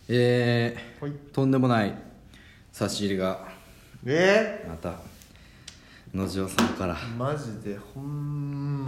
はい、 とんでもない差し入れがまた野次郎さんからマジでほん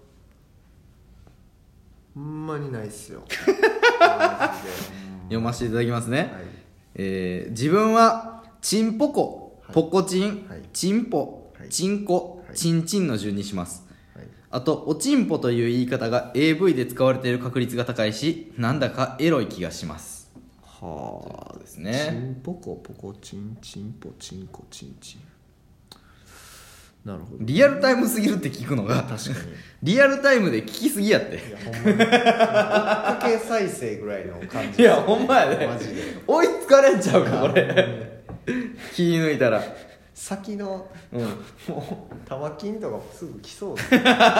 まにないっすよマジで読ませていただきますね、 はい自分はチンポコ、 はいポコチン、 はいチンポ、 はいチンコ、 はいチンチンの順にします。 はいあとおチンポという言い方が AV で使われている確率が高いし、なんだかエロい気がします。 はということですチね。 ンポコポコチンチンポチンコチンチン。なるほど。 リアルタイムすぎるって聞くのが確かにリアルタイムで聞きすぎやって。 いやほんまに追っかけ再生ぐらいの感じいやほんまやで、 マジで追いつかれんちゃうかこれ気抜いたら。 先のうんもう玉金とかすぐ来そうです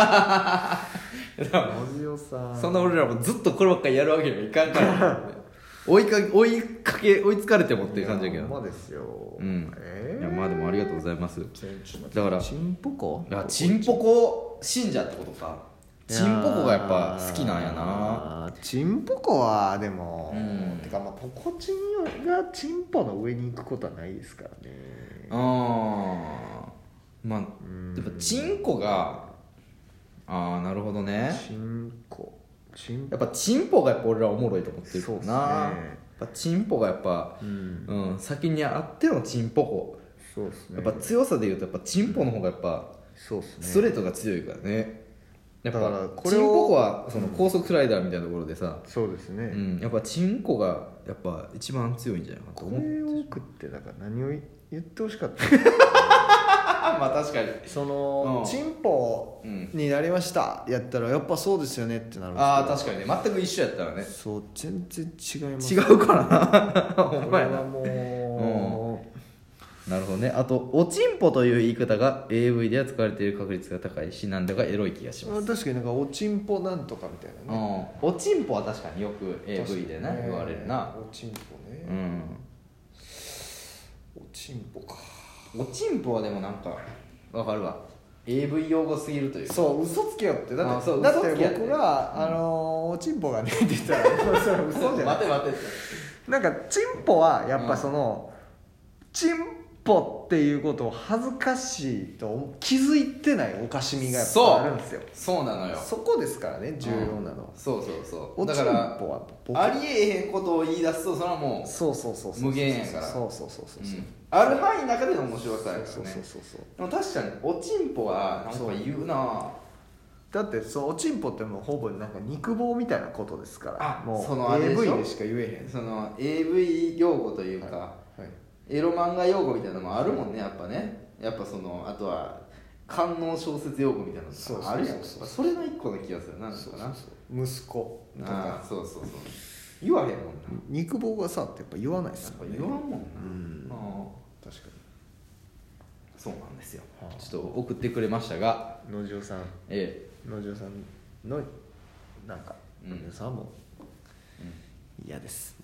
野次さんそんな俺らもずっとこればっかりやるわけにはいかんから追いつかれてもっていう感じだけど。 ほんまですよ。 うんいやまあでもありがとうございます。だからチンポコ？ いやチンポコ信者ってことか。チンポコがやっぱ好きなんやな。 チンポコはでも、 うんてかまあポコチンがチンポの上に行くことはないですからね。 まあやっぱチンコがなるほどね。 チンコやっぱチンポがやっぱ俺らおもろいと思ってるからな。 そうっすねやっぱチンポがやっぱ、先にあってのチンポコ。 そうですね。 やっぱ強さでいうとやっぱチンポの方がやっぱそうですね。 ストレートが強いからね。やっだからぱこれをチンポコはその高速スライダーみたいなところでさ、 そうですね。 やっぱチンコがやっぱ一番強いんじゃないかとこ思ってれを送ってだから何を言ってほしかったまあ確かにその、チンポになりましたやったらやっぱそうですよねってなるんですけど、 確かにね全く一緒やったらねそう全然違います違うからなほんまやなこれはもなるほどね。あとおちんぽという言い方が AV では使われている確率が高いし、なんだかエロい気がします。 確かになんかおちんぽなんとかみたいなね、 おちんぽは確かによく AV でな、言われるな。 おちんぽね、おちんぽか。 おちんぽはでもなんかわかるわ、 AV 用語すぎるというか。 そう嘘つけよってだってそうだって嘘つけやって僕が、おちんぽがねって言ったらそれ嘘じゃない待て待てってなんかチンポはやっぱその、チンポっていうことを恥ずかしいと気づいてないおかしみがやっぱあるんですよ。 そうなのよ。 そこですからね重要なの、 そうそうそう。 おちんぽだからはありえへんことを言い出すとそれはもうそうそうそうそう無限やからそうそうそうそう、 ある範囲の中での面白さやからね。 そうそうそうそうでも確かにおちんぽはなんか言うな。 だってそうおちんぽってもうほぼなんか肉棒みたいなことですからもうそのあれでしょ AV でしか言えへん。 その AV 用語というか、 はいエロ漫画用語みたいなのもあるもんね、やっぱね。やっぱそのあとは官能小説用語みたいなのがあるやん。それの一個の気がする。なんですかな、 息子とかそうそうそう、言わへんもんな。 肉棒がさってやっぱ言わないですよね。 言わんもんな。 確かにそうなんですよ。ちょっと送ってくれましたが、 野次さん野次さんのなんか野次さんも嫌です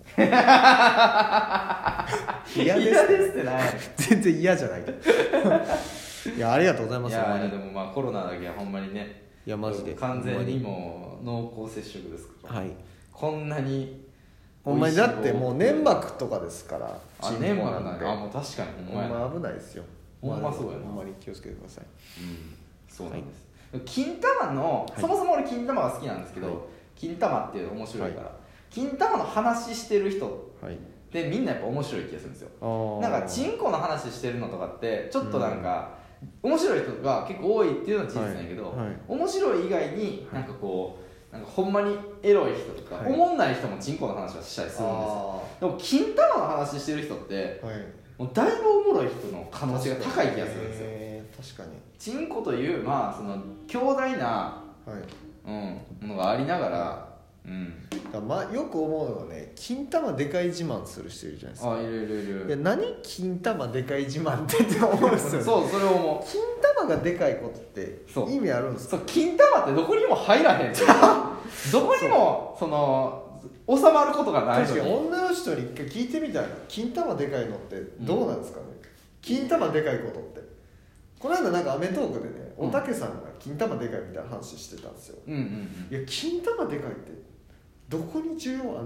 嫌ですってない全然嫌じゃないいやありがとうございます。 いやでもまあコロナだけはほんまにね、 いやマジで完全にもう濃厚接触ですから、 はいこんなにほんまにだってもう粘膜とかですから粘膜なんでもう確かにほんま危ないですよ。 ほんまそうやな。 ほんまに気をつけてください。 そうなんです、金玉の、そもそも俺金玉が好きなんですけど、金玉っていうの面白いから、金玉の話してる人ってみんなやっぱ面白い気がするんですよ。なんかチンコの話してるのとかってちょっとなんか、面白い人が結構多いっていうのは事実なんやけど、面白い以外になんかこうなんかほんまにエロい人とか、おもんない人もチンコの話はしたりするんですよ。でも金玉の話してる人って、もうだいぶおもろい人の可能性が高い気がするんですよ。 確かにチンコというまあその強大な、ものがありながら、 よく思うのはね、金玉でかい自慢する人いるじゃないですか。 いるいや何金玉でかい自慢って思うんですよね。 そうそれを思う。 金玉がでかいことって意味あるんですか。 そう金玉ってどこにも入らへんどこにもその収まることがないのに。 確かに女の人に一回聞いてみたいな、金玉でかいのってどうなんですかね、金玉でかいことって。この間なんかアメトークでね、おたけさんが金玉でかいみたいな話してたんですよ。いや金玉でかいってどこに需要あんのみたいな。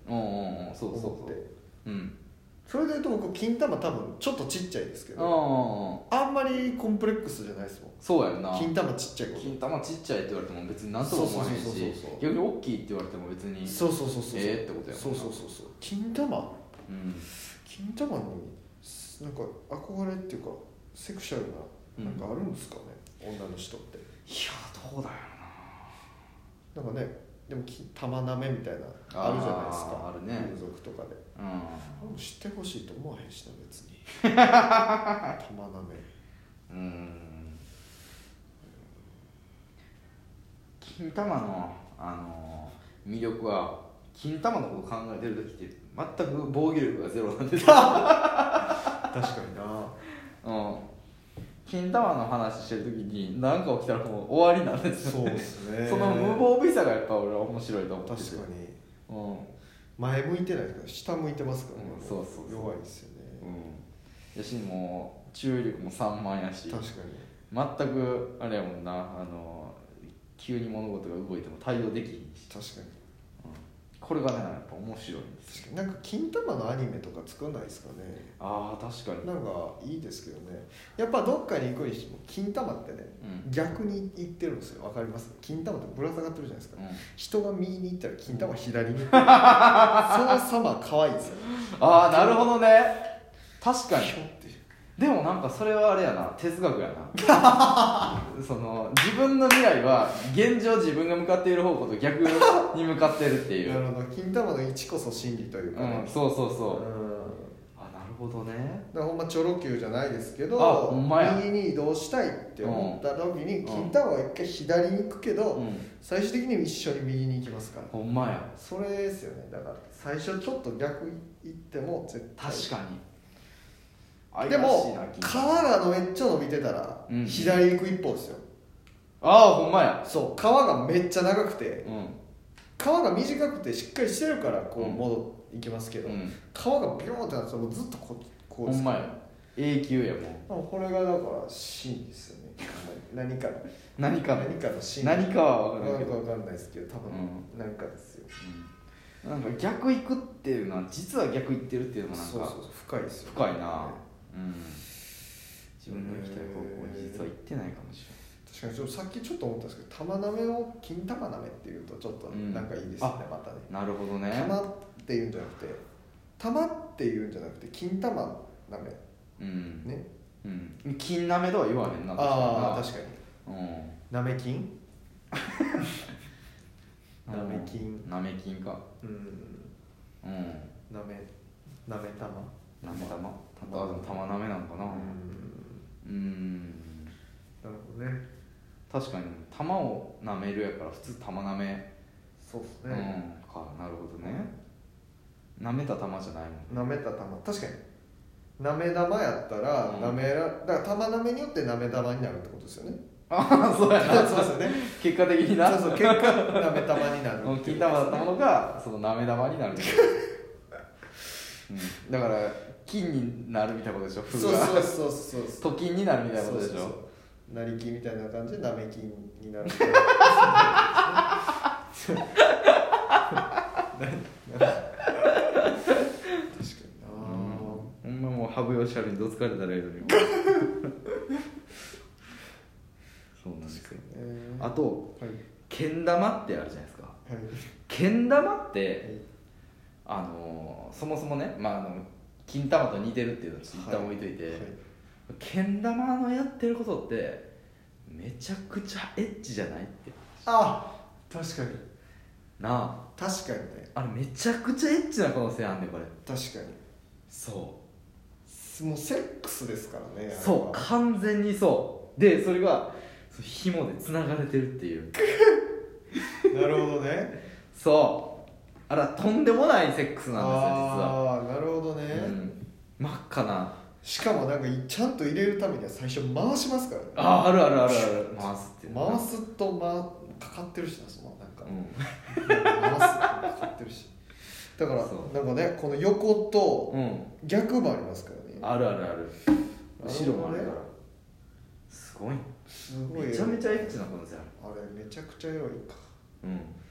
そうそうそう、 それでいうと僕金玉多分ちょっとちっちゃいですけど、あんまりコンプレックスじゃないですもん。 そうやんな。 金玉ちっちゃいこと、 金玉ちっちゃいって言われても別に何とも思わへんし、逆に大きいって言われても別にそうってことやもんな。 そう金玉、金玉になんか憧れっていうかセクシャルななんかあるんですかね、女の人って。 いやどうだよな。なんかね、でも玉なめみたいなあるじゃないですか。 あるね。 風俗とかで。知ってほしいと思わへんしな別に。玉なめ。 金玉の魅力は、金玉のことを考えてる時って全く防御力がゼロなんですよ。確かにな。 金玉の話してる時に何か起きたらもう終わりなんですよね。 そうですね。 その無防備さがやっぱ俺は面白いと思ってて。 確かに。前向いてないですから下向いてますからね。 そう弱いですよね。 やしもう注意力も散漫やし。 確かに。全くあれやもんな、急に物事が動いても対応できひんし。 確かに。 これがねやっぱ面白いんです。 確かになんか金玉のアニメとか作んないですかね。 確かに。 なんかいいですけどね。やっぱどっかに行くにしても金玉ってね、逆に行ってるんですよ。わかります？金玉ってぶら下がってるじゃないですか。人が右に行ったら金玉左に行ってる。その様可愛いですよね。 なるほどね。確かに。でもなんかそれはあれやな、哲学やな。その自分の未来は現状自分が向かっている方向と逆に向かってるっていう。 なるほど。金玉の位置こそ真理というかね。 そうなるほどね。 だからほんまチョロ Q じゃないですけど、右に移動したいって思った時に金玉は一回左に行くけど、最終的に一緒に右に行きますから。 ほんまや。 それですよね。だから最初ちょっと逆行っても絶対。 確かに。 でも皮がめっちゃ伸びてたら左行く一方ですよ。 ほんまや。 そう、皮がめっちゃ長くて、皮が短くてしっかりしてるからこう行きますけど、皮がビョーンってなってもうずっとこうです。 ほんまや。永久やもん。これがだから真ですよね。何かの真。 何かは分かんないですけど、多分何かですよ。 なんか逆行くっていうのは実は逆行ってるっていうのもなんか深いですよね。 深いな。自分の行きたい方向に実は行ってないかもしれない。 確かにさっきちょっと思ったんですけど、玉なめを金玉なめっていうとちょっとなんかいいですね、またね。 なるほどね。 玉っていうんじゃなくて、玉っていうんじゃなくて金玉なめ。ね。 金なめとは言わへんな。 確かに。なめ金？なめ金。 なめ金か。 なめ玉。 なめ玉。でも玉なめなのかな。なるほどね。 確かに玉をなめるやから普通玉なめ。 そうですね。 なるほどね。なめた玉じゃないもん。 なめた玉、確かに。なめ玉やったらだから玉なめによってなめ玉になるってことですよね。 そうやな。 そうですよね。 結果的にな。 結果なめ玉になる。 金玉だったものがそのなめ玉になる。だから金になるみたいなことでしょ。 そうと金になるみたいなことでしょ。 なり金みたいな感じでなめ金になる。 ほんまもう羽生善治にどつかれたらいいのに。そうなんですよ。あとけん玉ってあるじゃないですか。けん玉ってそもそもね、金玉と似てるっていうのを一旦置いといて、けん玉のやってることってめちゃくちゃエッチじゃないって。 確かになあ。 確かにね。 あれめちゃくちゃエッチな可能性あんねんこれ。 確かに。もうセックスですからね。 そう完全にそうで、それが紐でつながれてるっていう。 なるほどね。 あらとんでもないセックスなんですよ実は。 なるほどね。 真っ赤な。 しかもなんかちゃんと入れるためには最初回しますからね。 ある回すっていう。 回すとかかってるしな、そのなんか、回すとかかってるし。だからなんかね、この横と逆もありますからね。 ある後ろもあるから。すごいめちゃめちゃエッチな可能性ある。 あれめちゃくちゃエロいか。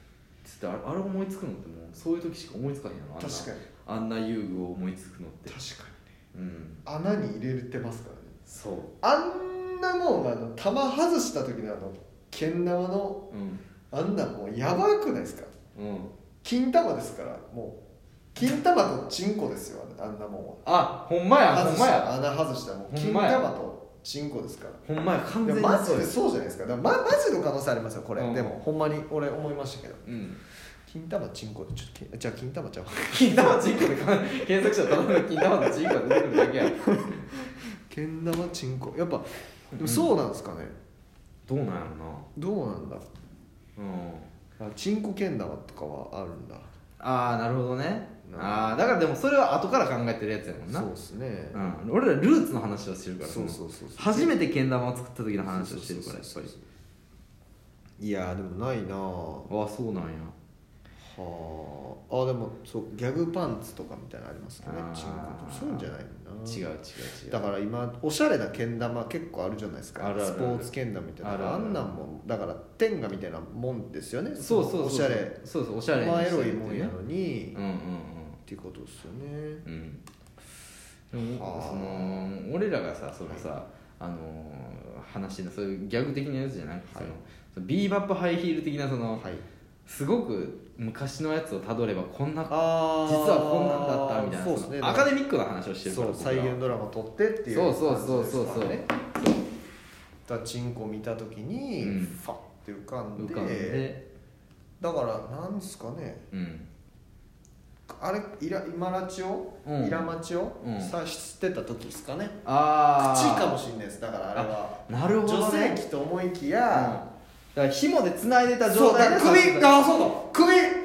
つってあれ思いつくのってもうそういう時しか思いつかへんやろ。 確かにあんな遊具を思いつくのって。 確かにね、 穴に入れてますからね。 そう、 あんなもん球外した時のけん玉の、あんなもうやばくないですか。金玉ですから、もう金玉とチンコですよ、あんなもんは。 あ、ほんまや、ほんまや。 穴外したらもう金玉とチンコですから。 ほんまや、完全にマジでそうじゃないですか。だからマジの可能性ありますよこれ、でもほんまに俺思いましたけど、金玉チンコでじゃあ金玉ちゃう金玉チンコで検索したらただの金玉とチンコが出てくるだけや。 けん玉チンコやっぱでもそうなんですかね、 どうなんやろな。 どうなんだ。チンコけん玉とかはあるんだ。 ああ、なるほどね。ああ、だからでもそれは後から考えてるやつやもんな。 そうですね、 俺らルーツの話をしてるから。 そう初めてけん玉を作った時の話をしてるから、やっぱり。 いやでもないなあ。 あ、そうなんや。 はあ。でもそうギャグパンツとかみたいなのありますけどね。チンコとそういうんじゃないな。 違う。 だから今おしゃれなけん玉結構あるじゃないですか。スポーツけん玉みたいな。あんなんもだから天下みたいなもんですよね。 そうおしゃれ。 そうおしゃれ。 まあエロいもんやのにっていうことですよね。 でも俺らがさ、そのさ、話のそういうギャグ的なやつじゃなくて、そのビーバップハイヒール的なすごく昔のやつをたどればこんな、実はこんなんだったみたいな、そうですね、アカデミックな話をしてるから。 そう、再現ドラマ撮ってっていう。 そうだチンコ見た時にファッて浮かんで、だからなんですかね、あれイラマチをさしてた時ですかね。口かもしれないです。だからあれはなるほど、 女性器と思いきや、 だから紐で繋いでた状態で首、そうだ、首